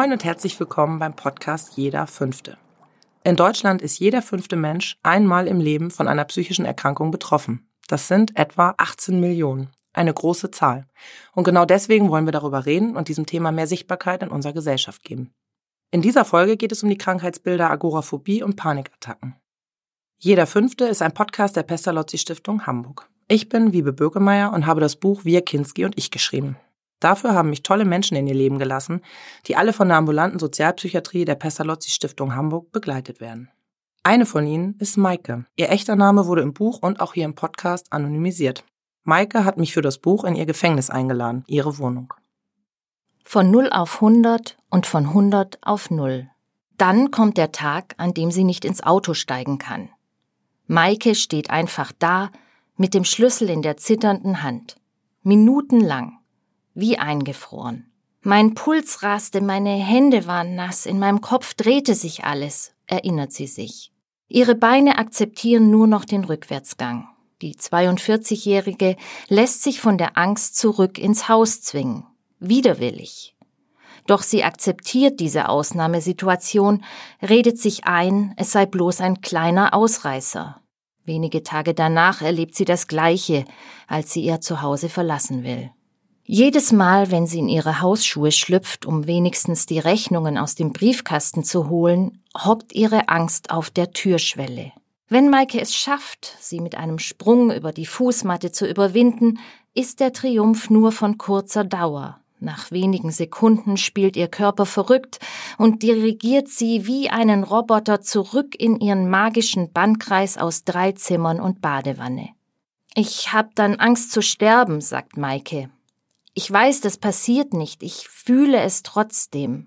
Moin und herzlich willkommen beim Podcast Jeder Fünfte. In Deutschland ist jeder 5. Mensch einmal im Leben von einer psychischen Erkrankung betroffen. Das sind etwa 18 Millionen. Eine große Zahl. Und genau deswegen wollen wir darüber reden und diesem Thema mehr Sichtbarkeit in unserer Gesellschaft geben. In dieser Folge geht es um die Krankheitsbilder Agoraphobie und Panikattacken. Jeder Fünfte ist ein Podcast der Pestalozzi-Stiftung Hamburg. Ich bin Wiebe Bökemeyer und habe das Buch Wir, Kinski und ich geschrieben. Dafür haben mich tolle Menschen in ihr Leben gelassen, die alle von der ambulanten Sozialpsychiatrie der Pestalozzi-Stiftung Hamburg begleitet werden. Eine von ihnen ist Maike. Ihr echter Name wurde im Buch und auch hier im Podcast anonymisiert. Maike hat mich für das Buch in ihr Gefängnis eingeladen, ihre Wohnung. Von 0 auf 100 und von 100 auf 0. Dann kommt der Tag, an dem sie nicht ins Auto steigen kann. Maike steht einfach da, mit dem Schlüssel in der zitternden Hand. Minutenlang. Wie eingefroren. Mein Puls raste, meine Hände waren nass, in meinem Kopf drehte sich alles, erinnert sie sich. Ihre Beine akzeptieren nur noch den Rückwärtsgang. Die 42-Jährige lässt sich von der Angst zurück ins Haus zwingen. Widerwillig. Doch sie akzeptiert diese Ausnahmesituation, redet sich ein, es sei bloß ein kleiner Ausreißer. Wenige Tage danach erlebt sie das Gleiche, als sie ihr Zuhause verlassen will. Jedes Mal, wenn sie in ihre Hausschuhe schlüpft, um wenigstens die Rechnungen aus dem Briefkasten zu holen, hockt ihre Angst auf der Türschwelle. Wenn Maike es schafft, sie mit einem Sprung über die Fußmatte zu überwinden, ist der Triumph nur von kurzer Dauer. Nach wenigen Sekunden spielt ihr Körper verrückt und dirigiert sie wie einen Roboter zurück in ihren magischen Bannkreis aus 3 Zimmern und Badewanne. »Ich hab dann Angst zu sterben«, sagt Maike. »Ich weiß, das passiert nicht, ich fühle es trotzdem.«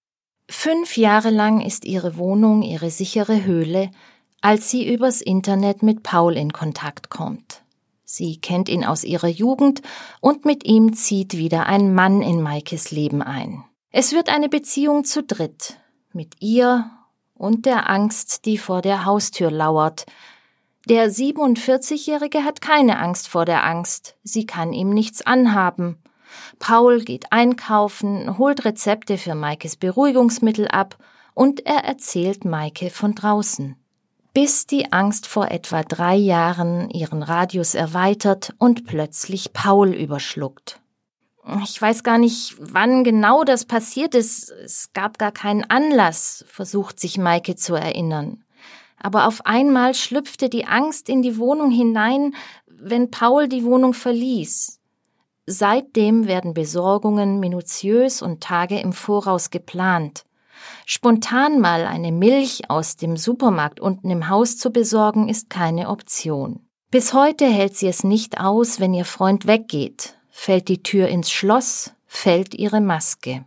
5 Jahre lang ist ihre Wohnung ihre sichere Höhle, als sie übers Internet mit Paul in Kontakt kommt. Sie kennt ihn aus ihrer Jugend und mit ihm zieht wieder ein Mann in Maikes Leben ein. Es wird eine Beziehung zu dritt, mit ihr und der Angst, die vor der Haustür lauert. Der 47-Jährige hat keine Angst vor der Angst, sie kann ihm nichts anhaben. Paul geht einkaufen, holt Rezepte für Maikes Beruhigungsmittel ab und er erzählt Maike von draußen. Bis die Angst vor etwa 3 Jahren ihren Radius erweitert und plötzlich Paul überschluckt. Ich weiß gar nicht, wann genau das passiert ist. Es gab gar keinen Anlass, versucht sich Maike zu erinnern. Aber auf einmal schlüpfte die Angst in die Wohnung hinein, wenn Paul die Wohnung verließ. Seitdem werden Besorgungen minutiös und Tage im Voraus geplant. Spontan mal eine Milch aus dem Supermarkt unten im Haus zu besorgen, ist keine Option. Bis heute hält sie es nicht aus, wenn ihr Freund weggeht. Fällt die Tür ins Schloss, fällt ihre Maske.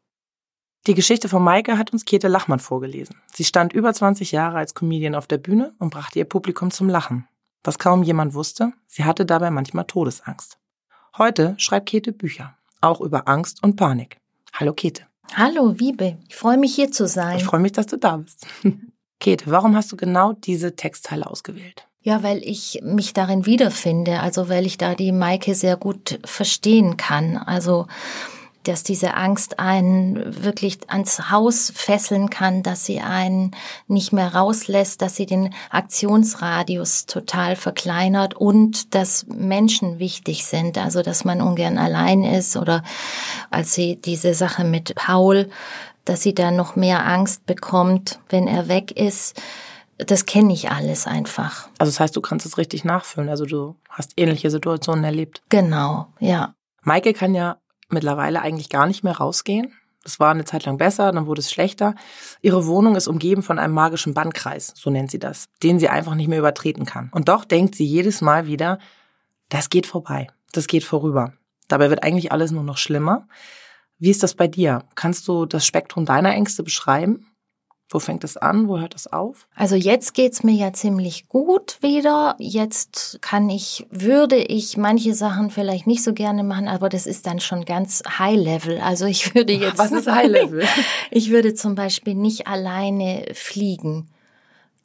Die Geschichte von Maike hat uns Käthe Lachmann vorgelesen. Sie stand über 20 Jahre als Comedian auf der Bühne und brachte ihr Publikum zum Lachen. Was kaum jemand wusste, sie hatte dabei manchmal Todesangst. Heute schreibt Käthe Bücher, auch über Angst und Panik. Hallo Käthe. Hallo Wiebe, ich freue mich hier zu sein. Ich freue mich, dass du da bist. Käthe, warum hast du genau diese Textteile ausgewählt? Ja, weil ich mich darin wiederfinde, also weil ich da die Maike sehr gut verstehen kann. Also, dass diese Angst einen wirklich ans Haus fesseln kann, dass sie einen nicht mehr rauslässt, dass sie den Aktionsradius total verkleinert und dass Menschen wichtig sind, also dass man ungern allein ist oder als sie diese Sache mit Paul, dass sie dann noch mehr Angst bekommt, wenn er weg ist. Das kenne ich alles einfach. Also das heißt, du kannst es richtig nachfühlen, also du hast ähnliche Situationen erlebt. Genau, ja. Maike kann ja mittlerweile eigentlich gar nicht mehr rausgehen. Das war eine Zeit lang besser, dann wurde es schlechter. Ihre Wohnung ist umgeben von einem magischen Bannkreis, so nennt sie das, den sie einfach nicht mehr übertreten kann. Und doch denkt sie jedes Mal wieder, das geht vorbei, das geht vorüber. Dabei wird eigentlich alles nur noch schlimmer. Wie ist das bei dir? Kannst du das Spektrum deiner Ängste beschreiben? Wo fängt es an? Wo hört es auf? Also jetzt geht's mir ja ziemlich gut wieder. Jetzt würde ich manche Sachen vielleicht nicht so gerne machen, aber das ist dann schon ganz High-Level. Also ich würde jetzt... Was ist High-Level? Ich würde zum Beispiel nicht alleine fliegen.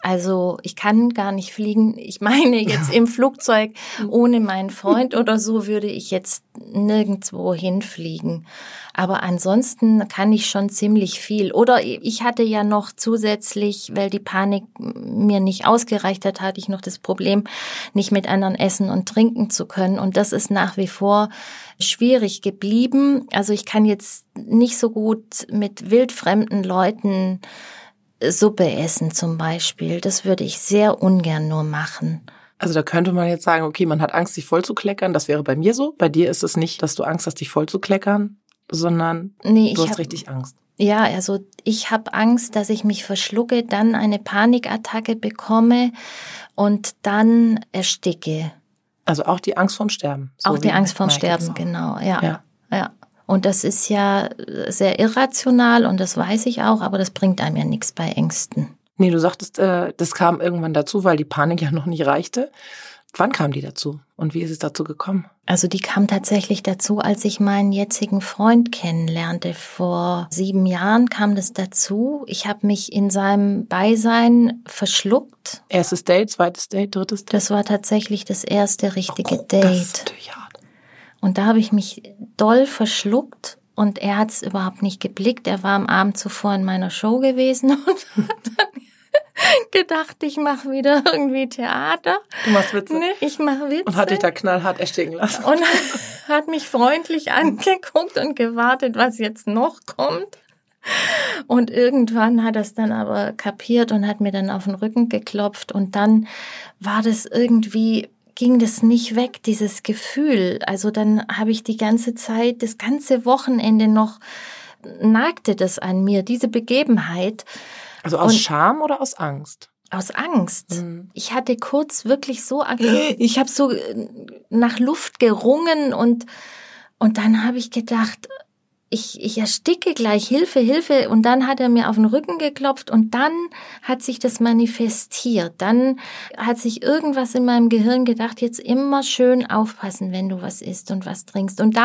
Also ich kann gar nicht fliegen. Ich meine jetzt im Flugzeug ohne meinen Freund oder so würde ich jetzt nirgendwo hinfliegen. Aber ansonsten kann ich schon ziemlich viel. Oder ich hatte ja noch zusätzlich, weil die Panik mir nicht ausgereicht hat, hatte ich noch das Problem, nicht mit anderen essen und trinken zu können. Und das ist nach wie vor schwierig geblieben. Also ich kann jetzt nicht so gut mit wildfremden Leuten Suppe essen zum Beispiel. Das würde ich sehr ungern nur machen. Also da könnte man jetzt sagen, okay, man hat Angst, sich voll zu kleckern. Das wäre bei mir so. Bei dir ist es nicht, dass du Angst hast, dich voll zu kleckern, sondern du hast richtig Angst. Ja, also ich habe Angst, dass ich mich verschlucke, dann eine Panikattacke bekomme und dann ersticke. Also auch die Angst vorm Sterben. So auch die Angst vorm Sterben, genau. Ja. Und das ist ja sehr irrational und das weiß ich auch, aber das bringt einem ja nichts bei Ängsten. Nee, du sagtest, das kam irgendwann dazu, weil die Panik ja noch nicht reichte. Wann kam die dazu und wie ist es dazu gekommen? Also die kam tatsächlich dazu, als ich meinen jetzigen Freund kennenlernte. Vor 7 Jahren kam das dazu. Ich habe mich in seinem Beisein verschluckt. Erstes Date, zweites Date, drittes Date? Das war tatsächlich das erste richtige Date. Das ist natürlich hart. Und da habe ich mich doll verschluckt und er hat es überhaupt nicht geblickt. Er war am Abend zuvor in meiner Show gewesen und hat dann gedacht, ich mache wieder irgendwie Theater. Du machst Witze? Ne, ich mache Witze. Und hat dich da knallhart ersticken lassen. Und hat mich freundlich angeguckt und gewartet, was jetzt noch kommt. Und irgendwann hat er es dann aber kapiert und hat mir dann auf den Rücken geklopft. Und dann war das irgendwie, ging das nicht weg, dieses Gefühl. Also dann habe ich die ganze Zeit, das ganze Wochenende noch, nagte das an mir, diese Begebenheit. Also aus Scham oder aus Angst? Aus Angst. Ich hatte kurz wirklich so Angst. Ich habe so nach Luft gerungen und dann habe ich gedacht, ich ersticke gleich, Hilfe, Hilfe. Und dann hat er mir auf den Rücken geklopft und dann hat sich das manifestiert. Dann hat sich irgendwas in meinem Gehirn gedacht, jetzt immer schön aufpassen, wenn du was isst und was trinkst. Und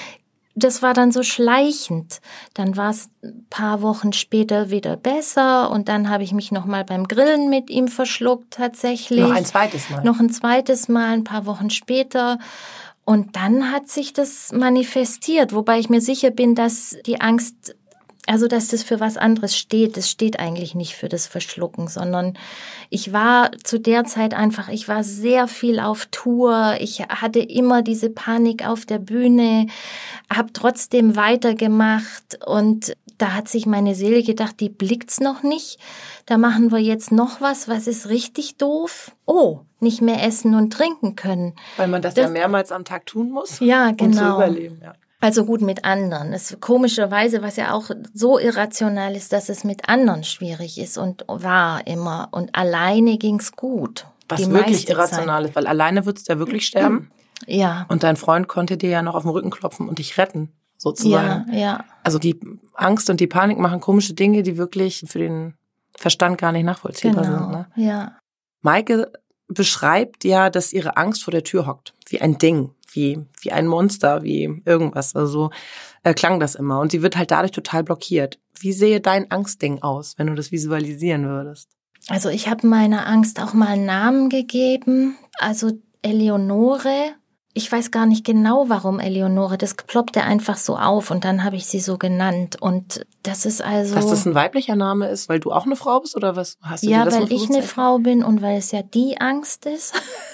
das war dann so schleichend. Dann war es ein paar Wochen später wieder besser und dann habe ich mich nochmal beim Grillen mit ihm verschluckt tatsächlich. Noch ein zweites Mal? Noch ein zweites Mal, ein paar Wochen später. Und dann hat sich das manifestiert, wobei ich mir sicher bin, dass die Angst, also dass das für was anderes steht. Das steht eigentlich nicht für das Verschlucken, sondern ich war zu der Zeit einfach, ich war sehr viel auf Tour. Ich hatte immer diese Panik auf der Bühne, habe trotzdem weitergemacht und da hat sich meine Seele gedacht, die blickt's noch nicht. Da machen wir jetzt noch was ist richtig doof. Oh, nicht mehr essen und trinken können. Weil man das ja mehrmals am Tag tun muss, ja, genau, um zu überleben. Ja. Also gut mit anderen. Es komischerweise, was ja auch so irrational ist, dass es mit anderen schwierig ist und war immer. Und alleine ging's gut. Was wirklich irrational ist, weil alleine würdest du ja wirklich sterben. Ja. Und dein Freund konnte dir ja noch auf den Rücken klopfen und dich retten, sozusagen. Ja. Also die Angst und die Panik machen komische Dinge, die wirklich für den Verstand gar nicht nachvollziehbar sind. Ne? Ja. Maike beschreibt ja, dass ihre Angst vor der Tür hockt. Wie ein Ding, wie ein Monster, wie irgendwas. Also so klang das immer. Und sie wird halt dadurch total blockiert. Wie sehe dein Angstding aus, wenn du das visualisieren würdest? Also ich habe meiner Angst auch mal einen Namen gegeben. Also Eleonore. Ich weiß gar nicht genau, warum Eleonore. Das ploppte einfach so auf und dann habe ich sie so genannt. Und das ist also... Dass das ein weiblicher Name ist, weil du auch eine Frau bist oder was? Hast du dir das weil ich eine Frau bin und weil es ja die Angst ist.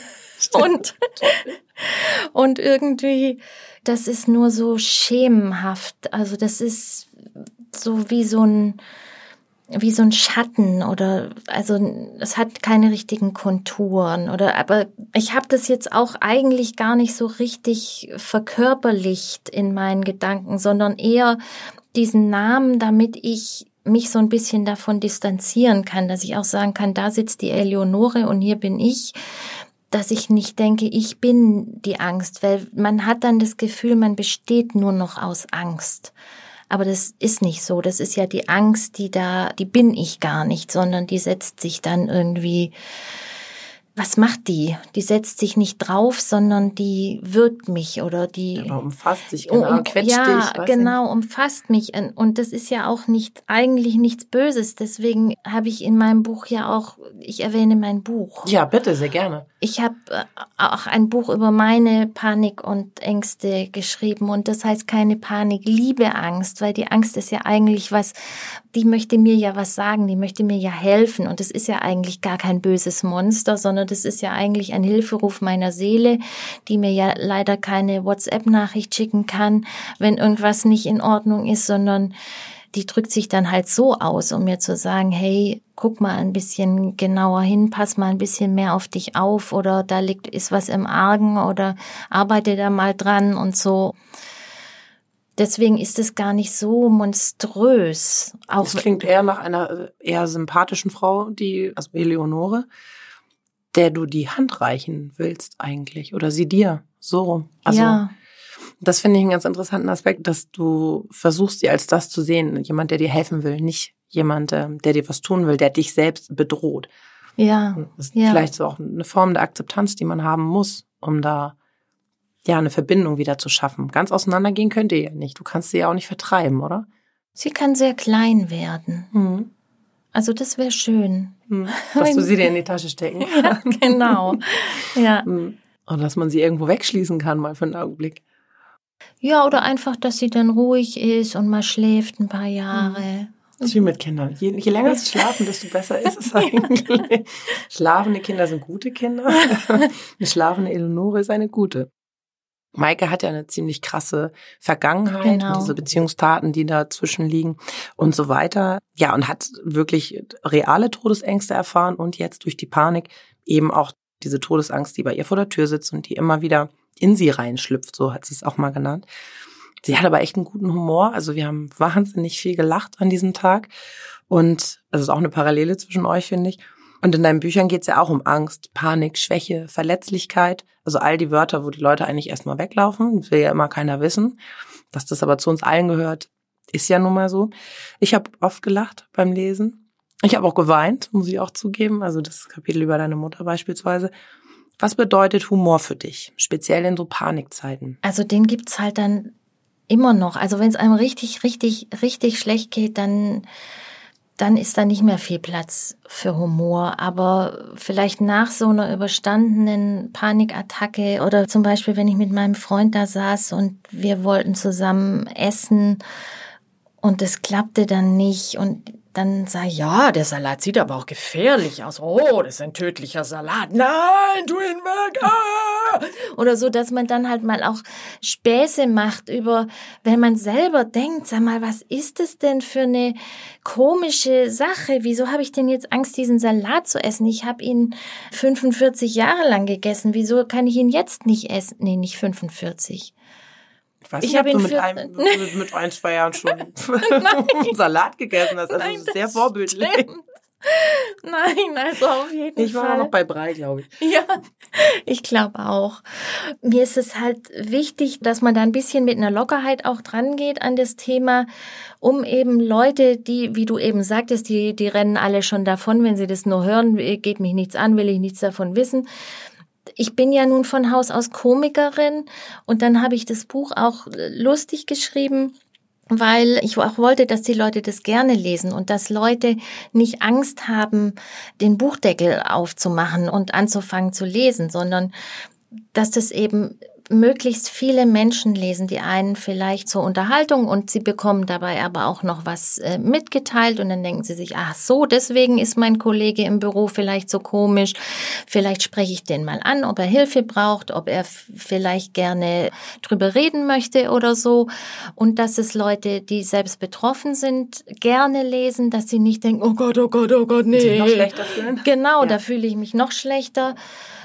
und irgendwie, das ist nur so schemenhaft. Also das ist so wie so ein Schatten oder also es hat keine richtigen Konturen aber ich habe das jetzt auch eigentlich gar nicht so richtig verkörperlicht in meinen Gedanken, sondern eher diesen Namen, damit ich mich so ein bisschen davon distanzieren kann, dass ich auch sagen kann, da sitzt die Eleonore und hier bin ich, dass ich nicht denke, ich bin die Angst, weil man hat dann das Gefühl, man besteht nur noch aus Angst. Aber das ist nicht so. Das ist ja die Angst, die bin ich gar nicht, sondern die setzt sich dann irgendwie was macht die? Die setzt sich nicht drauf, sondern die wirkt mich oder die umfasst dich, genau, quetscht dich. Ja, genau, umfasst mich. Und das ist ja auch eigentlich nichts Böses. Deswegen habe ich in meinem Buch ich erwähne mein Buch. Ja, bitte, sehr gerne. Ich habe auch ein Buch über meine Panik und Ängste geschrieben und das heißt keine Panik, liebe Angst, weil die Angst ist ja eigentlich was, die möchte mir ja was sagen, die möchte mir ja helfen und das ist ja eigentlich gar kein böses Monster, sondern das ist ja eigentlich ein Hilferuf meiner Seele, die mir ja leider keine WhatsApp-Nachricht schicken kann, wenn irgendwas nicht in Ordnung ist, sondern die drückt sich dann halt so aus, um mir zu sagen, hey, guck mal ein bisschen genauer hin, pass mal ein bisschen mehr auf dich auf oder da ist was im Argen oder arbeite da mal dran und so. Deswegen ist es gar nicht so monströs. Es klingt eher nach einer eher sympathischen Frau, also Eleonore, der du die Hand reichen willst eigentlich oder sie dir, so rum. Also, ja. Das finde ich einen ganz interessanten Aspekt, dass du versuchst, sie als das zu sehen. Jemand, der dir helfen will, nicht jemand, der dir was tun will, der dich selbst bedroht. Ja. Das ist vielleicht so auch eine Form der Akzeptanz, die man haben muss, um da eine Verbindung wieder zu schaffen. Ganz auseinandergehen könnt ihr ja nicht. Du kannst sie ja auch nicht vertreiben, oder? Sie kann sehr klein werden. Mhm. Also das wäre schön. Dass du sie dir in die Tasche stecken kannst. Ja, genau. Ja. Und dass man sie irgendwo wegschließen kann, mal für einen Augenblick. Ja, oder einfach, dass sie dann ruhig ist und mal schläft ein paar Jahre. Das ist wie mit Kindern. Je länger sie schlafen, desto besser ist es eigentlich. Schlafende Kinder sind gute Kinder. Eine schlafende Eleonore ist eine gute. Maike hat ja eine ziemlich krasse Vergangenheit, genau. Diese Beziehungstaten, die dazwischen liegen und so weiter. Ja, und hat wirklich reale Todesängste erfahren und jetzt durch die Panik eben auch diese Todesangst, die bei ihr vor der Tür sitzt und die immer wieder in sie reinschlüpft, so hat sie es auch mal genannt. Sie hat aber echt einen guten Humor, also wir haben wahnsinnig viel gelacht an diesem Tag und das ist auch eine Parallele zwischen euch, finde ich. Und in deinen Büchern geht es ja auch um Angst, Panik, Schwäche, Verletzlichkeit, also all die Wörter, wo die Leute eigentlich erstmal weglaufen, das will ja immer keiner wissen. Dass das aber zu uns allen gehört, ist ja nun mal so. Ich habe oft gelacht beim Lesen. Ich habe auch geweint, muss ich auch zugeben, also das Kapitel über deine Mutter beispielsweise. Was bedeutet Humor für dich, speziell in so Panikzeiten? Also den gibt's halt dann immer noch. Also wenn es einem richtig, richtig, richtig schlecht geht, dann ist da nicht mehr viel Platz für Humor. Aber vielleicht nach so einer überstandenen Panikattacke oder zum Beispiel, wenn ich mit meinem Freund da saß und wir wollten zusammen essen und es klappte dann nicht und dann sage ich, ja, der Salat sieht aber auch gefährlich aus. Oh, das ist ein tödlicher Salat. Nein, tu ihn weg. Ah! Oder so, dass man dann halt mal auch Späße macht über, wenn man selber denkt, sag mal, was ist das denn für eine komische Sache? Wieso habe ich denn jetzt Angst, diesen Salat zu essen? Ich habe ihn 45 Jahre lang gegessen. Wieso kann ich ihn jetzt nicht essen? Nee, nicht 45. Ich weiß nicht, ob du mit 1, 2 Jahren schon Salat gegessen hast. Also Nein, das ist sehr vorbildlich. Stimmt. Nein, also auf jeden Fall. Ich war noch bei Brei, glaube ich. Ja, ich glaube auch. Mir ist es halt wichtig, dass man da ein bisschen mit einer Lockerheit auch dran geht an das Thema, um eben Leute, die, wie du eben sagtest, die rennen alle schon davon, wenn sie das nur hören, geht mich nichts an, will ich nichts davon wissen. Ich bin ja nun von Haus aus Komikerin und dann habe ich das Buch auch lustig geschrieben, weil ich auch wollte, dass die Leute das gerne lesen und dass Leute nicht Angst haben, den Buchdeckel aufzumachen und anzufangen zu lesen, sondern dass das eben möglichst viele Menschen lesen, die einen vielleicht zur Unterhaltung und sie bekommen dabei aber auch noch was mitgeteilt und dann denken sie sich, ach so, deswegen ist mein Kollege im Büro vielleicht so komisch, vielleicht spreche ich den mal an, ob er Hilfe braucht, ob er vielleicht gerne drüber reden möchte oder so und dass es Leute, die selbst betroffen sind, gerne lesen, dass sie nicht denken, oh Gott, nee. Sie noch schlechter fühlen. Genau, ja. Da fühle ich mich noch schlechter.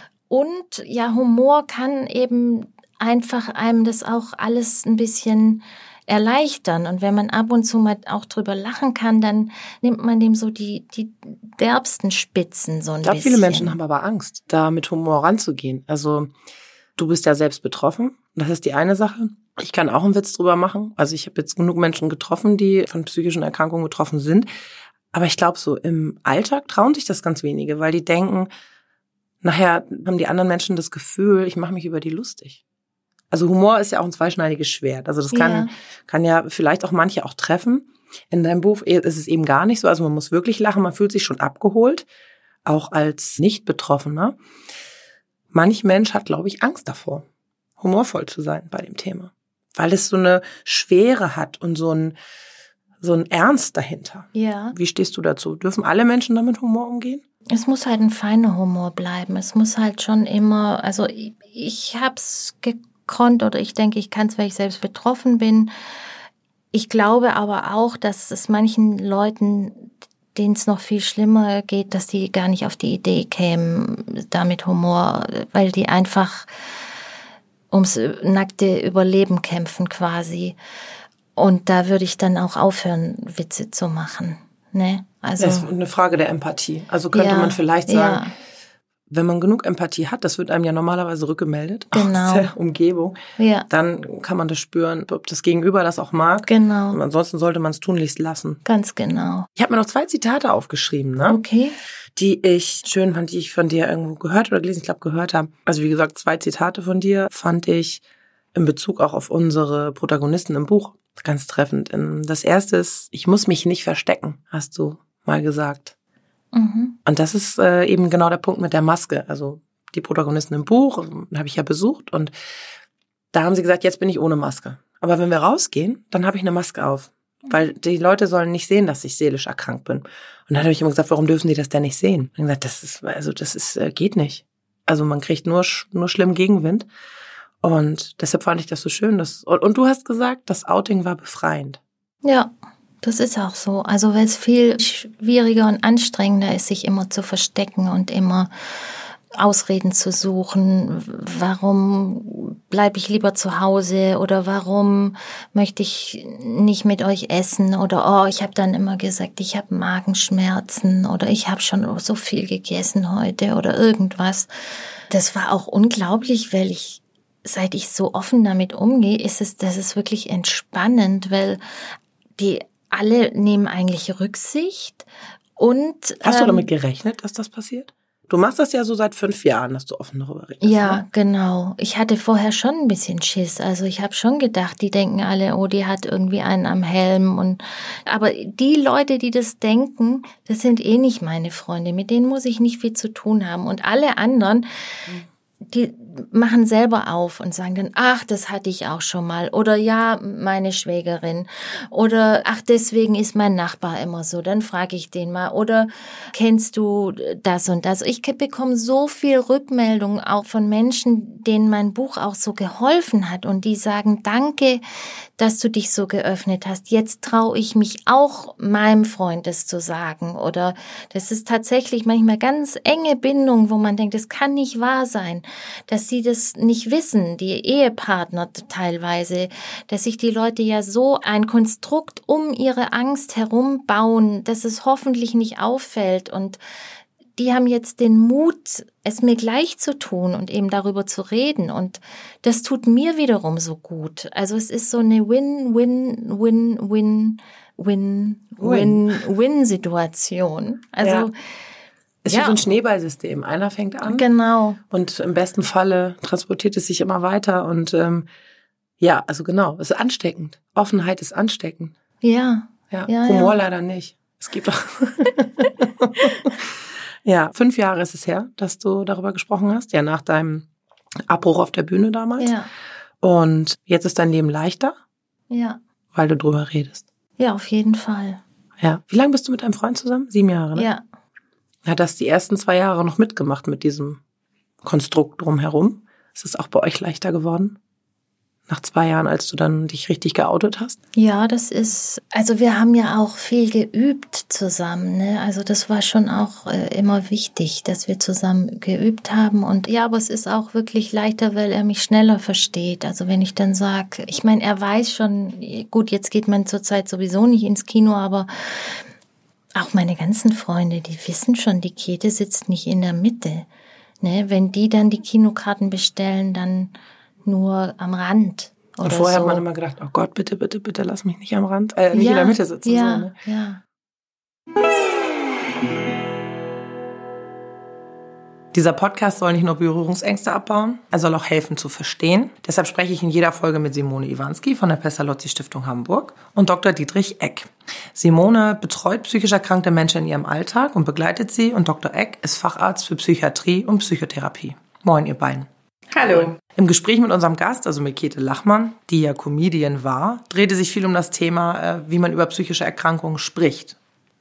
Und ja, Humor kann eben einfach einem das auch alles ein bisschen erleichtern. Und wenn man ab und zu mal auch drüber lachen kann, dann nimmt man dem so die derbsten Spitzen so ein bisschen. Ich glaube, viele Menschen haben aber Angst, da mit Humor ranzugehen. Also du bist ja selbst betroffen. Das ist die eine Sache. Ich kann auch einen Witz drüber machen. Also ich habe jetzt genug Menschen getroffen, die von psychischen Erkrankungen betroffen sind. Aber ich glaube, so im Alltag trauen sich das ganz wenige, weil die denken, nachher haben die anderen Menschen das Gefühl, ich mache mich über die lustig. Also Humor ist ja auch ein zweischneidiges Schwert. Also das kann ja vielleicht auch manche auch treffen. In deinem Buch ist es eben gar nicht so. Also man muss wirklich lachen, man fühlt sich schon abgeholt, auch als Nicht-Betroffener. Manch Mensch hat, glaube ich, Angst davor, humorvoll zu sein bei dem Thema. Weil es so eine Schwere hat und so ein Ernst dahinter. Ja. Wie stehst du dazu? Dürfen alle Menschen damit Humor umgehen? Es muss halt ein feiner Humor bleiben. Es muss halt schon immer, also ich hab's gekonnt oder ich denke, ich kann es, weil ich selbst betroffen bin. Ich glaube aber auch, dass es manchen Leuten, denen es noch viel schlimmer geht, dass die gar nicht auf die Idee kämen, damit Humor, weil die einfach ums nackte Überleben kämpfen quasi. Und da würde ich dann auch aufhören, Witze zu machen. Ne? Also, das ist eine Frage der Empathie. Also könnte man vielleicht sagen, wenn man genug Empathie hat, das wird einem ja normalerweise rückgemeldet aus der Umgebung, dann kann man das spüren, ob das Gegenüber das auch mag. Genau. Und ansonsten sollte man es tunlichst lassen. Ganz genau. Ich habe mir noch 2 Zitate aufgeschrieben, ne? Okay. Die ich schön fand, die ich von dir irgendwo gehört oder gelesen, ich glaube gehört habe. Also wie gesagt, 2 Zitate von dir fand ich in Bezug auch auf unsere Protagonisten im Buch ganz treffend. Das erste ist, ich muss mich nicht verstecken, hast du mal gesagt. Mhm. Und das ist eben genau der Punkt mit der Maske. Also die Protagonisten im Buch habe ich ja besucht und da haben sie gesagt, jetzt bin ich ohne Maske. Aber wenn wir rausgehen, dann habe ich eine Maske auf. Weil die Leute sollen nicht sehen, dass ich seelisch erkrankt bin. Und dann habe ich immer gesagt, warum dürfen die das denn nicht sehen? Und gesagt, das ist geht nicht. Also man kriegt nur schlimm Gegenwind. Und deshalb fand ich das so schön. Und du hast gesagt, das Outing war befreiend. Ja, das ist auch so. Also weil es viel schwieriger und anstrengender ist, sich immer zu verstecken und immer Ausreden zu suchen. Warum bleibe ich lieber zu Hause oder warum möchte ich nicht mit euch essen oder ich habe dann immer gesagt, ich habe Magenschmerzen oder ich habe schon so viel gegessen heute oder irgendwas. Das war auch unglaublich, weil seit ich so offen damit umgehe, das ist wirklich entspannend, weil die alle nehmen eigentlich Rücksicht und hast du damit gerechnet, dass das passiert? Du machst das ja so seit 5 Jahren, dass du offen darüber redest. Ja, ne? Genau. Ich hatte vorher schon ein bisschen Schiss. Also ich habe schon gedacht, die denken alle, die hat irgendwie einen am Helm. Aber die Leute, die das denken, das sind eh nicht meine Freunde. Mit denen muss ich nicht viel zu tun haben. Und alle anderen, die machen selber auf und sagen dann, ach, das hatte ich auch schon mal. Oder ja, meine Schwägerin. Oder ach, deswegen ist mein Nachbar immer so. Dann frage ich den mal. Oder kennst du das und das? Ich bekomme so viel Rückmeldungen auch von Menschen, denen mein Buch auch so geholfen hat. Und die sagen, danke, dass du dich so geöffnet hast. Jetzt traue ich mich auch, meinem Freund das zu sagen. Oder das ist tatsächlich manchmal ganz enge Bindung, wo man denkt, das kann nicht wahr sein, dass sie das nicht wissen, die Ehepartner teilweise, dass sich die Leute ja so ein Konstrukt um ihre Angst herum bauen, dass es hoffentlich nicht auffällt und die haben jetzt den Mut, es mir gleich zu tun und eben darüber zu reden. Und das tut mir wiederum so gut. Also es ist so eine Win-Win-Win-Win-Win-Situation. Also ist wie so ein Schneeballsystem. Einer fängt an. Genau. Und im besten Falle transportiert es sich immer weiter. Und also genau, es ist ansteckend. Offenheit ist ansteckend. Ja. Humor leider nicht. Es gibt auch... Ja, 5 Jahre ist es her, dass du darüber gesprochen hast. Ja, nach deinem Abbruch auf der Bühne damals. Ja. Und jetzt ist dein Leben leichter? Ja. Weil du drüber redest. Ja, auf jeden Fall. Ja. Wie lange bist du mit deinem Freund zusammen? 7 Jahre, ne? Ja. Hat das die ersten 2 Jahre noch mitgemacht mit diesem Konstrukt drumherum? Ist es auch bei euch leichter geworden? Nach 2 Jahren, als du dann dich richtig geoutet hast? Ja, also wir haben ja auch viel geübt zusammen, ne? Also das war schon auch immer wichtig, dass wir zusammen geübt haben. Und ja, aber es ist auch wirklich leichter, weil er mich schneller versteht. Also wenn ich dann sage, ich meine, er weiß schon, gut, jetzt geht man zurzeit sowieso nicht ins Kino, aber auch meine ganzen Freunde, die wissen schon, die Käthe sitzt nicht in der Mitte. Ne? Wenn die dann die Kinokarten bestellen, dann nur am Rand. Und vorher so. hat man immer gedacht, oh Gott, bitte, bitte, bitte, lass mich nicht am Rand, nicht in der Mitte sitzen. Ja, so, ne? Ja. Dieser Podcast soll nicht nur Berührungsängste abbauen, er soll auch helfen zu verstehen. Deshalb spreche ich in jeder Folge mit Simone Iwanski von der Pestalozzi-Stiftung Hamburg und Dr. Dietrich Eck. Simone betreut psychisch erkrankte Menschen in ihrem Alltag und begleitet sie, und Dr. Eck ist Facharzt für Psychiatrie und Psychotherapie. Moin, ihr beiden. Hallo. Im Gespräch mit unserem Gast, also mit Käthe Lachmann, die ja Comedian war, drehte sich viel um das Thema, wie man über psychische Erkrankungen spricht.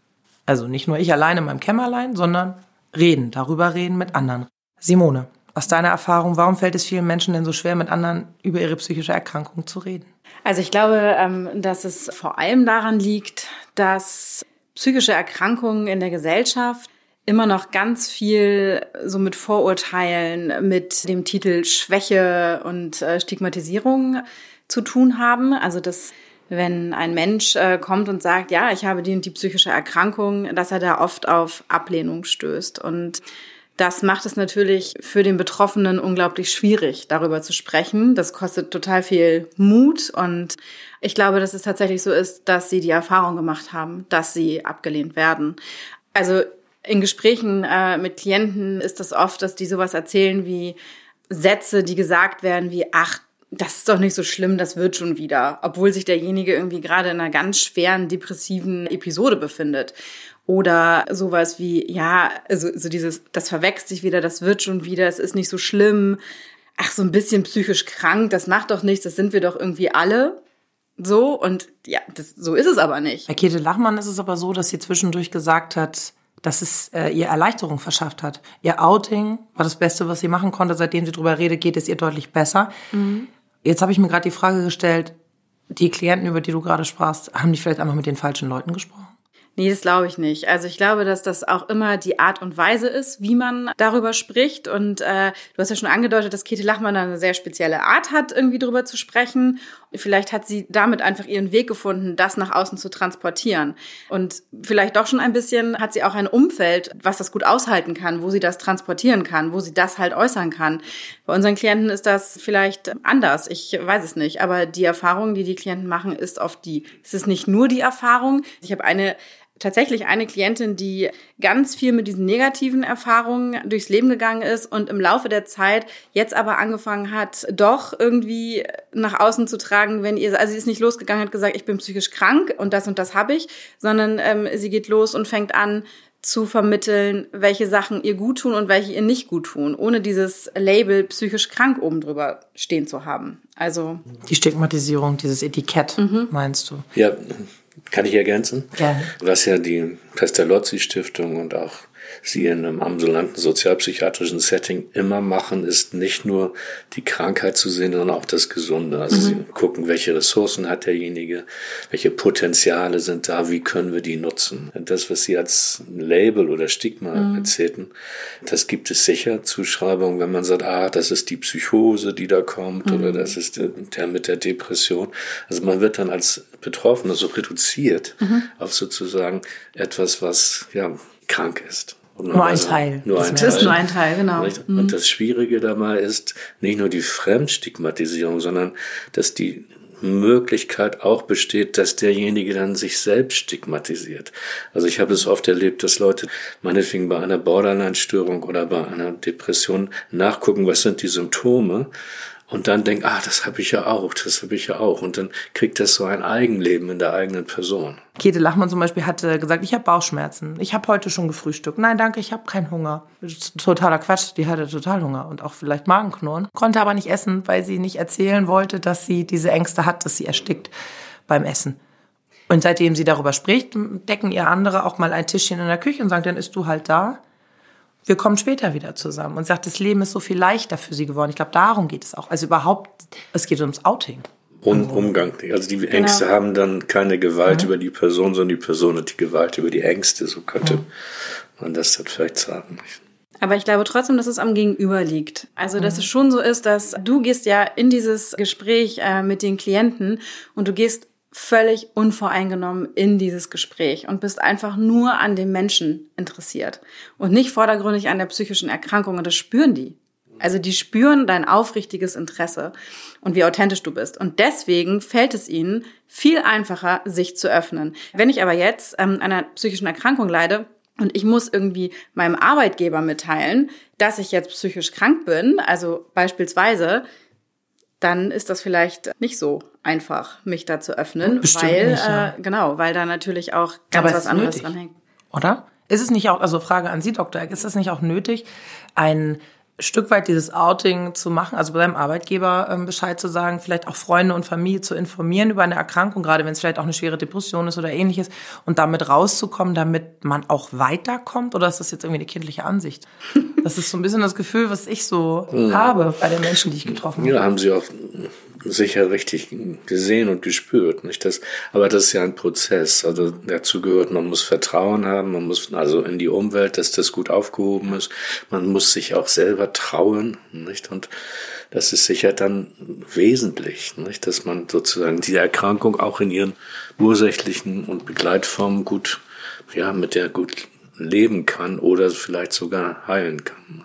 Also nicht nur ich alleine in meinem Kämmerlein, sondern darüber reden mit anderen. Simone, aus deiner Erfahrung, warum fällt es vielen Menschen denn so schwer, mit anderen über ihre psychische Erkrankung zu reden? Also ich glaube, dass es vor allem daran liegt, dass psychische Erkrankungen in der Gesellschaft immer noch ganz viel so mit Vorurteilen, mit dem Titel Schwäche und Stigmatisierung zu tun haben. Also dass, wenn ein Mensch kommt und sagt, ja, ich habe die und die psychische Erkrankung, dass er da oft auf Ablehnung stößt. Und das macht es natürlich für den Betroffenen unglaublich schwierig, darüber zu sprechen. Das kostet total viel Mut. Und ich glaube, dass es tatsächlich so ist, dass sie die Erfahrung gemacht haben, dass sie abgelehnt werden. Also in Gesprächen mit Klienten ist das oft, dass die sowas erzählen wie Sätze, die gesagt werden wie, ach, das ist doch nicht so schlimm, das wird schon wieder, obwohl sich derjenige irgendwie gerade in einer ganz schweren depressiven Episode befindet. Oder sowas wie, ja, also so dieses, das verwechselt sich wieder, das wird schon wieder, es ist nicht so schlimm. Ach, so ein bisschen psychisch krank, das macht doch nichts, das sind wir doch irgendwie alle. So, und ja, so ist es aber nicht. Bei Käthe Lachmann ist es aber so, dass sie zwischendurch gesagt hat, dass es ihr Erleichterung verschafft hat. Ihr Outing war das Beste, was sie machen konnte. Seitdem sie drüber redet, geht es ihr deutlich besser. Mhm. Jetzt habe ich mir gerade die Frage gestellt, die Klienten, über die du gerade sprachst, haben die vielleicht einfach mit den falschen Leuten gesprochen? Nee, das glaube ich nicht. Also ich glaube, dass das auch immer die Art und Weise ist, wie man darüber spricht. Und du hast ja schon angedeutet, dass Käthe Lachmann eine sehr spezielle Art hat, irgendwie darüber zu sprechen. Vielleicht hat sie damit einfach ihren Weg gefunden, das nach außen zu transportieren. Und vielleicht doch schon ein bisschen hat sie auch ein Umfeld, was das gut aushalten kann, wo sie das transportieren kann, wo sie das halt äußern kann. Bei unseren Klienten ist das vielleicht anders. Ich weiß es nicht. Aber die Erfahrung, die die Klienten machen, es ist nicht nur die Erfahrung. Ich habe tatsächlich eine Klientin, die ganz viel mit diesen negativen Erfahrungen durchs Leben gegangen ist und im Laufe der Zeit jetzt aber angefangen hat, doch irgendwie nach außen zu tragen, also sie ist nicht losgegangen, hat gesagt, ich bin psychisch krank und das habe ich, sondern sie geht los und fängt an zu vermitteln, welche Sachen ihr gut tun und welche ihr nicht gut tun, ohne dieses Label psychisch krank oben drüber stehen zu haben. Also die Stigmatisierung, dieses Etikett, meinst du? Ja, kann ich ergänzen? Ja. Was ja die Pestalozzi-Stiftung und auch Sie in einem ambulanten sozialpsychiatrischen Setting immer machen, ist nicht nur die Krankheit zu sehen, sondern auch das Gesunde. Also Sie gucken, welche Ressourcen hat derjenige, welche Potenziale sind da, wie können wir die nutzen. Und das, was Sie als Label oder Stigma erzählten, das gibt es sicher, Zuschreibungen, wenn man sagt, das ist die Psychose, die da kommt, oder das ist der mit der Depression. Also man wird dann als Betroffener so reduziert auf sozusagen etwas, was krank ist. Nur ein Teil. Das ist nur ein Teil, genau. Und das Schwierige dabei ist nicht nur die Fremdstigmatisierung, sondern dass die Möglichkeit auch besteht, dass derjenige dann sich selbst stigmatisiert. Also ich habe es oft erlebt, dass Leute meinetwegen bei einer Borderline-Störung oder bei einer Depression nachgucken, was sind die Symptome, und dann denken, das habe ich ja auch. Und dann kriegt das so ein Eigenleben in der eigenen Person. Käthe Lachmann zum Beispiel hatte gesagt, ich habe Bauchschmerzen. Ich habe heute schon gefrühstückt. Nein, danke, ich habe keinen Hunger. Totaler Quatsch, die hatte total Hunger und auch vielleicht Magenknurren. Konnte aber nicht essen, weil sie nicht erzählen wollte, dass sie diese Ängste hat, dass sie erstickt beim Essen. Und seitdem sie darüber spricht, decken ihr andere auch mal ein Tischchen in der Küche und sagen, dann isst du halt da. Wir kommen später wieder zusammen, und sagt, das Leben ist so viel leichter für sie geworden. Ich glaube, darum geht es auch. Also überhaupt, es geht ums Outing. Und Umgang. Also die Ängste haben dann keine Gewalt über die Person, sondern die Person hat die Gewalt über die Ängste. So könnte man das dann vielleicht sagen. Aber ich glaube trotzdem, dass es am Gegenüber liegt. Also, dass es schon so ist, dass du gehst ja in dieses Gespräch mit den Klienten und du gehst völlig unvoreingenommen in dieses Gespräch und bist einfach nur an dem Menschen interessiert und nicht vordergründig an der psychischen Erkrankung, und das spüren die. Also die spüren dein aufrichtiges Interesse und wie authentisch du bist. Und deswegen fällt es ihnen viel einfacher, sich zu öffnen. Wenn ich aber jetzt an einer psychischen Erkrankung leide, und ich muss irgendwie meinem Arbeitgeber mitteilen, dass ich jetzt psychisch krank bin, also beispielsweise, dann ist das vielleicht nicht so einfach, mich da zu öffnen, Bestimmt weil nicht, ja. weil da natürlich auch ganz was anderes dran hängt. Oder? Ist es nicht auch, also Frage an Sie, Dr. Eck, ist es nicht auch nötig, ein Stück weit dieses Outing zu machen, also bei seinem Arbeitgeber Bescheid zu sagen, vielleicht auch Freunde und Familie zu informieren über eine Erkrankung, gerade wenn es vielleicht auch eine schwere Depression ist oder ähnliches, und damit rauszukommen, damit man auch weiterkommt? Oder ist das jetzt irgendwie eine kindliche Ansicht? Das ist so ein bisschen das Gefühl, was ich so habe bei den Menschen, die ich getroffen habe. Ja, haben Sie auch sicher richtig gesehen und gespürt, nicht? Aber das ist ja ein Prozess. Also dazu gehört, man muss Vertrauen haben, man muss also in die Umwelt, dass das gut aufgehoben ist. Man muss sich auch selber trauen, nicht? Und das ist sicher dann wesentlich, nicht? Dass man sozusagen die Erkrankung auch in ihren ursächlichen und Begleitformen gut, mit der gut leben kann oder vielleicht sogar heilen kann, nicht?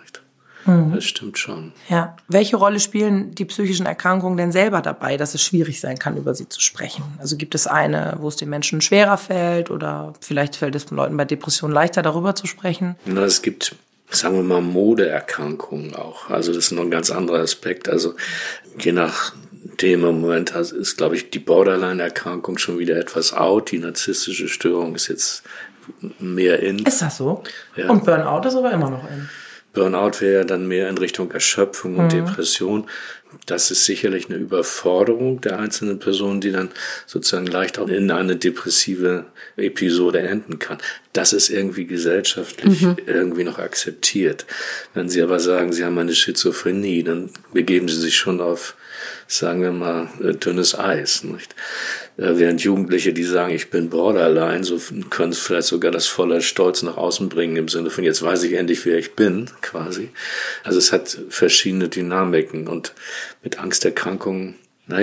Das stimmt schon. Ja. Welche Rolle spielen die psychischen Erkrankungen denn selber dabei, dass es schwierig sein kann, über sie zu sprechen? Also gibt es eine, wo es den Menschen schwerer fällt oder vielleicht fällt es den Leuten bei Depressionen leichter, darüber zu sprechen? Na, es gibt, sagen wir mal, Modeerkrankungen auch. Also das ist noch ein ganz anderer Aspekt. Also je nachdem im Moment ist, glaube ich, die Borderline-Erkrankung schon wieder etwas out. Die narzisstische Störung ist jetzt mehr in. Ist das so? Ja. Und Burnout ist aber immer noch in. Burnout wäre ja dann mehr in Richtung Erschöpfung und Depression. Das ist sicherlich eine Überforderung der einzelnen Person, die dann sozusagen leicht auch in eine depressive Episode enden kann. Das ist irgendwie gesellschaftlich irgendwie noch akzeptiert. Wenn Sie aber sagen, Sie haben eine Schizophrenie, dann begeben Sie sich schon auf, sagen wir mal, dünnes Eis, nicht? Während Jugendliche, die sagen, ich bin Borderline, so können es vielleicht sogar das voller Stolz nach außen bringen, im Sinne von, jetzt weiß ich endlich, wer ich bin, quasi. Also es hat verschiedene Dynamiken und mit Angsterkrankungen,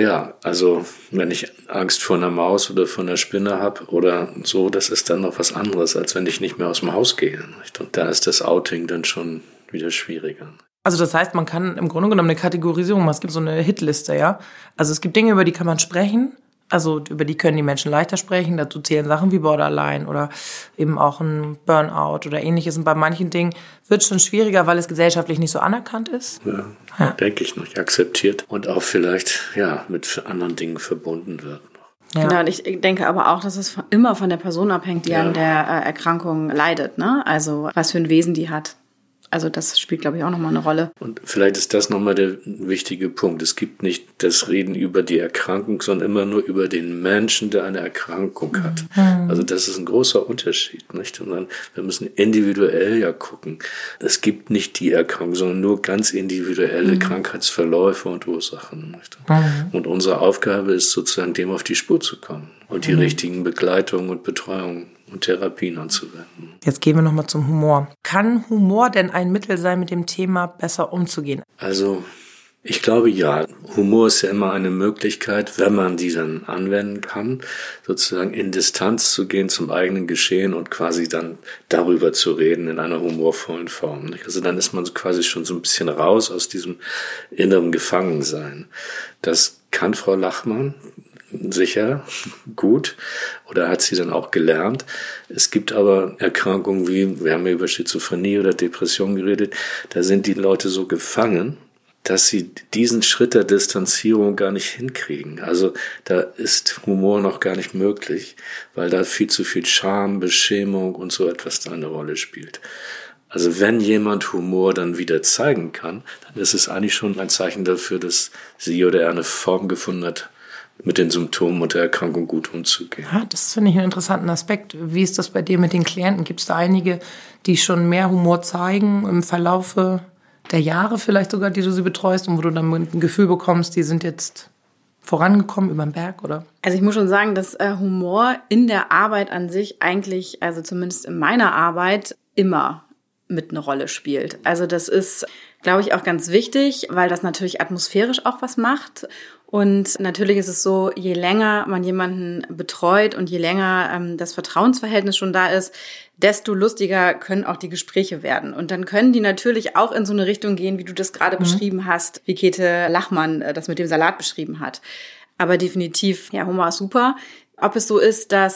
also wenn ich Angst vor einer Maus oder vor einer Spinne habe oder so, das ist dann noch was anderes, als wenn ich nicht mehr aus dem Haus gehe, nicht? Und da ist das Outing dann schon wieder schwieriger. Also das heißt, man kann im Grunde genommen eine Kategorisierung machen. Es gibt so eine Hitliste, ja. Also es gibt Dinge, über die kann man sprechen. Also über die können die Menschen leichter sprechen. Dazu zählen Sachen wie Borderline oder eben auch ein Burnout oder ähnliches. Und bei manchen Dingen wird es schon schwieriger, weil es gesellschaftlich nicht so anerkannt ist. Ja. Denke ich, nicht akzeptiert und auch vielleicht mit anderen Dingen verbunden wird. Ja. Genau, und ich denke aber auch, dass es immer von der Person abhängt, die an der Erkrankung leidet, ne? Also was für ein Wesen die hat. Also das spielt, glaube ich, auch nochmal eine Rolle. Und vielleicht ist das nochmal der wichtige Punkt. Es gibt nicht das Reden über die Erkrankung, sondern immer nur über den Menschen, der eine Erkrankung hat. Also das ist ein großer Unterschied, nicht? Und dann, wir müssen individuell gucken. Es gibt nicht die Erkrankung, sondern nur ganz individuelle Krankheitsverläufe und Ursachen, nicht? Und unsere Aufgabe ist sozusagen, dem auf die Spur zu kommen und die richtigen Begleitungen und Betreuungen und Therapien anzuwenden. Jetzt gehen wir nochmal zum Humor. Kann Humor denn ein Mittel sein, mit dem Thema besser umzugehen? Also ich glaube ja. Humor ist ja immer eine Möglichkeit, wenn man die dann anwenden kann, sozusagen in Distanz zu gehen zum eigenen Geschehen und quasi dann darüber zu reden in einer humorvollen Form. Also dann ist man quasi schon so ein bisschen raus aus diesem inneren Gefangensein. Das kann Frau Lachmann sicher gut oder hat sie dann auch gelernt. Es gibt aber Erkrankungen wie, wir haben ja über Schizophrenie oder Depression geredet, da sind die Leute so gefangen, dass sie diesen Schritt der Distanzierung gar nicht hinkriegen. Also da ist Humor noch gar nicht möglich, weil da viel zu viel Scham, Beschämung und so etwas da eine Rolle spielt. Also wenn jemand Humor dann wieder zeigen kann, dann ist es eigentlich schon ein Zeichen dafür, dass sie oder er eine Form gefunden hat, mit den Symptomen und der Erkrankung gut umzugehen. Ja, das finde ich einen interessanten Aspekt. Wie ist das bei dir mit den Klienten? Gibt es da einige, die schon mehr Humor zeigen im Verlaufe der Jahre vielleicht sogar, die du sie betreust und wo du dann ein Gefühl bekommst, die sind jetzt vorangekommen über den Berg, oder? Also ich muss schon sagen, dass Humor in der Arbeit an sich eigentlich, also zumindest in meiner Arbeit, immer mit eine Rolle spielt. Also das ist, glaube ich, auch ganz wichtig, weil das natürlich atmosphärisch auch was macht. Und natürlich ist es so, je länger man jemanden betreut und je länger das Vertrauensverhältnis schon da ist, desto lustiger können auch die Gespräche werden. Und dann können die natürlich auch in so eine Richtung gehen, wie du das gerade beschrieben hast, wie Käthe Lachmann das mit dem Salat beschrieben hat. Aber definitiv, ja, Humor ist super. Ob es so ist, dass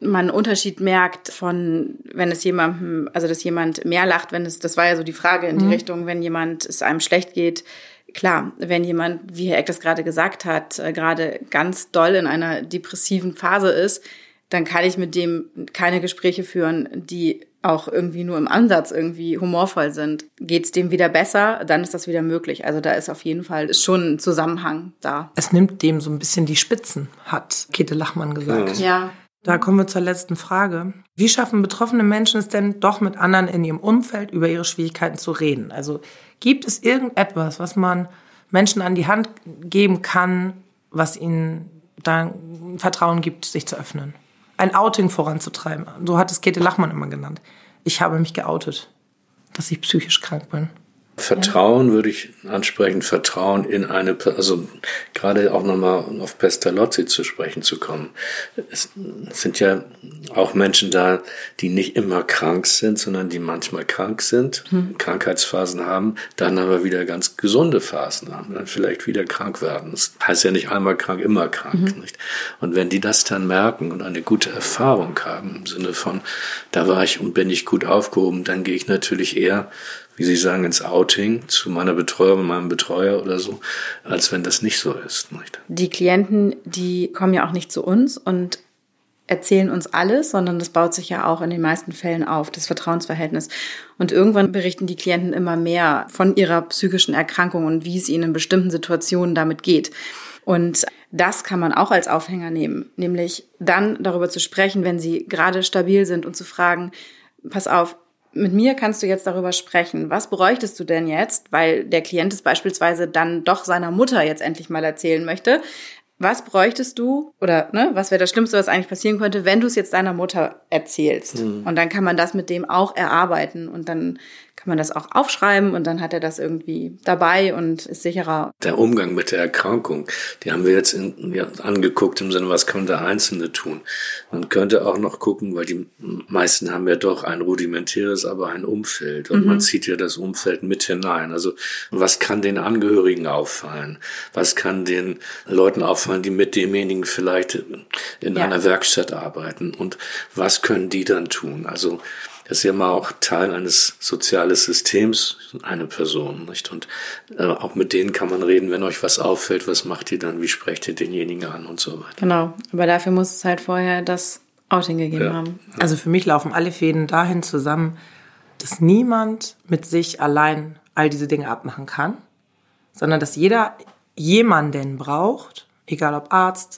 man einen Unterschied merkt von, wenn es jemandem, also dass jemand mehr lacht, das war ja so die Frage in die Richtung, wenn es einem schlecht geht. Klar, wenn jemand, wie Herr Eck das gerade gesagt hat, gerade ganz doll in einer depressiven Phase ist, dann kann ich mit dem keine Gespräche führen, die auch irgendwie nur im Ansatz irgendwie humorvoll sind. Geht's dem wieder besser, dann ist das wieder möglich. Also da ist auf jeden Fall schon ein Zusammenhang da. Es nimmt dem so ein bisschen die Spitzen, hat Käthe Lachmann gesagt. Ja. Da kommen wir zur letzten Frage. Wie schaffen betroffene Menschen es denn doch mit anderen in ihrem Umfeld über ihre Schwierigkeiten zu reden? Also gibt es irgendetwas, was man Menschen an die Hand geben kann, was ihnen dann Vertrauen gibt, sich zu öffnen? Ein Outing voranzutreiben. So hat es Käthe Lachmann immer genannt. Ich habe mich geoutet, dass ich psychisch krank bin. Vertrauen würde ich ansprechen, Vertrauen in eine, also gerade auch nochmal auf Pestalozzi zu sprechen zu kommen. Es sind ja auch Menschen da, die nicht immer krank sind, sondern die manchmal krank sind, Krankheitsphasen haben, dann aber wieder ganz gesunde Phasen haben, dann vielleicht wieder krank werden. Das heißt ja nicht einmal krank, immer krank. Nicht? Und wenn die das dann merken und eine gute Erfahrung haben, im Sinne von, da war ich und bin ich gut aufgehoben, dann gehe ich natürlich eher, wie Sie sagen, ins Outing zu meiner Betreuerin, meinem Betreuer oder so, als wenn das nicht so ist. Nicht? Die Klienten, die kommen ja auch nicht zu uns und erzählen uns alles, sondern das baut sich ja auch in den meisten Fällen auf, das Vertrauensverhältnis. Und irgendwann berichten die Klienten immer mehr von ihrer psychischen Erkrankung und wie es ihnen in bestimmten Situationen damit geht. Und das kann man auch als Aufhänger nehmen, nämlich dann darüber zu sprechen, wenn sie gerade stabil sind und zu fragen, pass auf, mit mir kannst du jetzt darüber sprechen. Was bräuchtest du denn jetzt? Weil der Klient es beispielsweise dann doch seiner Mutter jetzt endlich mal erzählen möchte. Was bräuchtest du oder was wäre das Schlimmste, was eigentlich passieren könnte, wenn du es jetzt deiner Mutter erzählst? Und dann kann man das mit dem auch erarbeiten und dann kann man das auch aufschreiben und dann hat er das irgendwie dabei und ist sicherer. Der Umgang mit der Erkrankung, die haben wir jetzt angeguckt im Sinne, was kann der Einzelne tun? Man könnte auch noch gucken, weil die meisten haben ja doch ein rudimentäres, aber ein Umfeld und man zieht ja das Umfeld mit hinein. Also was kann den Angehörigen auffallen? Was kann den Leuten auffallen, die mit demjenigen vielleicht in einer Werkstatt arbeiten? Und was können die dann tun? Also das ist ja mal auch Teil eines sozialen Systems, eine Person, nicht? Und auch mit denen kann man reden, wenn euch was auffällt, was macht ihr dann, wie sprecht ihr denjenigen an und so weiter. Genau, aber dafür muss es halt vorher das Outing gegeben haben. Also für mich laufen alle Fäden dahin zusammen, dass niemand mit sich allein all diese Dinge abmachen kann, sondern dass jeder jemanden braucht, egal ob Arzt,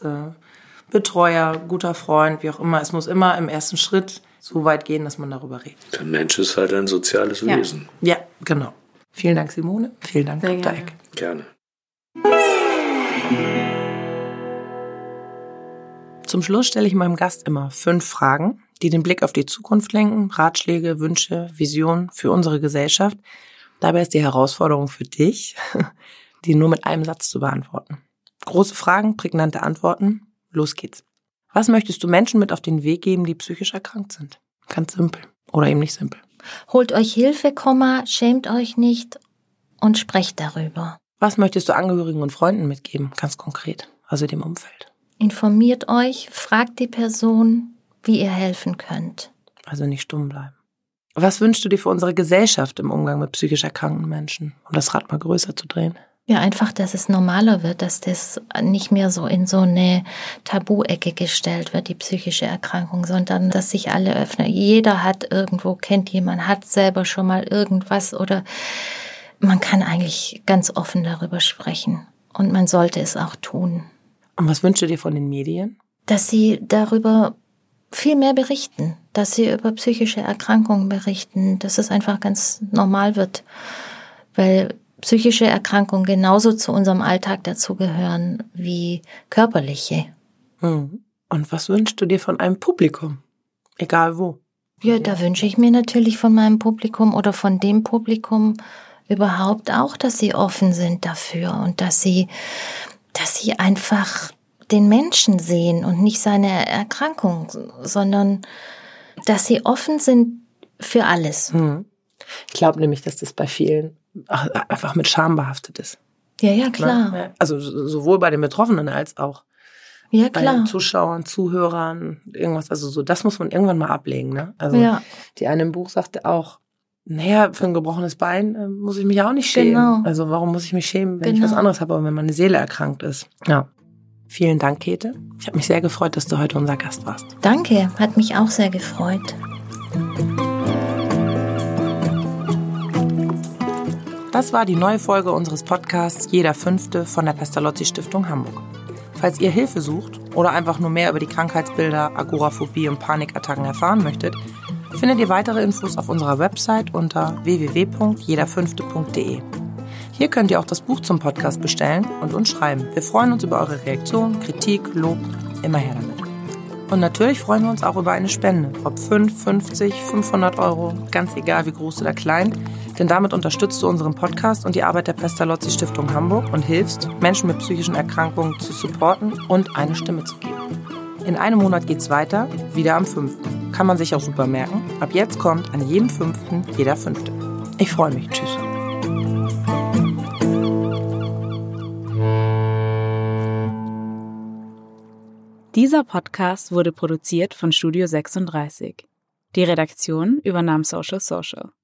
Betreuer, guter Freund, wie auch immer. Es muss immer im ersten Schritt so weit gehen, dass man darüber redet. Der Mensch ist halt ein soziales Wesen. Ja, genau. Vielen Dank, Simone. Vielen Dank, Dr. Eck. Gerne. Zum Schluss stelle ich meinem Gast immer 5 Fragen, die den Blick auf die Zukunft lenken, Ratschläge, Wünsche, Visionen für unsere Gesellschaft. Dabei ist die Herausforderung für dich, die nur mit einem Satz zu beantworten. Große Fragen, prägnante Antworten. Los geht's. Was möchtest du Menschen mit auf den Weg geben, die psychisch erkrankt sind? Ganz simpel. Oder eben nicht simpel. Holt euch Hilfe, schämt euch nicht und sprecht darüber. Was möchtest du Angehörigen und Freunden mitgeben? Ganz konkret. Also dem Umfeld. Informiert euch, fragt die Person, wie ihr helfen könnt. Also nicht stumm bleiben. Was wünschst du dir für unsere Gesellschaft im Umgang mit psychisch erkrankten Menschen? Um das Rad mal größer zu drehen. Ja, einfach, dass es normaler wird, dass das nicht mehr so in so eine Tabu-Ecke gestellt wird, die psychische Erkrankung, sondern dass sich alle öffnen. Jeder hat irgendwo, kennt jemand, hat selber schon mal irgendwas oder man kann eigentlich ganz offen darüber sprechen und man sollte es auch tun. Und was wünschst du dir von den Medien? Dass sie darüber viel mehr berichten, dass sie über psychische Erkrankungen berichten, dass es einfach ganz normal wird, weil psychische Erkrankungen genauso zu unserem Alltag dazugehören wie körperliche. Und was wünschst du dir von einem Publikum? Egal wo. Ja, da wünsche ich mir natürlich von meinem Publikum oder von dem Publikum überhaupt auch, dass sie offen sind dafür und dass sie einfach den Menschen sehen und nicht seine Erkrankung, sondern dass sie offen sind für alles. Ich glaube nämlich, dass das bei vielen einfach mit Scham behaftet ist. Ja, klar. Also sowohl bei den Betroffenen als auch Ja, klar. Bei Zuschauern, Zuhörern, irgendwas. Also so, das muss man irgendwann mal ablegen, ne? Also die eine im Buch sagte auch, naja, für ein gebrochenes Bein muss ich mich auch nicht schämen. Genau. Also warum muss ich mich schämen, wenn ich was anderes habe, aber wenn meine Seele erkrankt ist? Ja. Vielen Dank, Käthe. Ich habe mich sehr gefreut, dass du heute unser Gast warst. Danke, hat mich auch sehr gefreut. Das war die neue Folge unseres Podcasts Jeder Fünfte von der Pestalozzi-Stiftung Hamburg. Falls ihr Hilfe sucht oder einfach nur mehr über die Krankheitsbilder, Agoraphobie und Panikattacken erfahren möchtet, findet ihr weitere Infos auf unserer Website unter www.jederfünfte.de. Hier könnt ihr auch das Buch zum Podcast bestellen und uns schreiben. Wir freuen uns über eure Reaktion, Kritik, Lob, immer her damit. Und natürlich freuen wir uns auch über eine Spende, ob 5, 50, 500 Euro, ganz egal wie groß oder klein, denn damit unterstützt du unseren Podcast und die Arbeit der Pestalozzi-Stiftung Hamburg und hilfst, Menschen mit psychischen Erkrankungen zu supporten und eine Stimme zu geben. In einem Monat geht's weiter, wieder am 5. Kann man sich auch super merken. Ab jetzt kommt an jedem 5. jeder Fünfte. Ich freue mich. Tschüss. Dieser Podcast wurde produziert von Studio 36. Die Redaktion übernahm Social.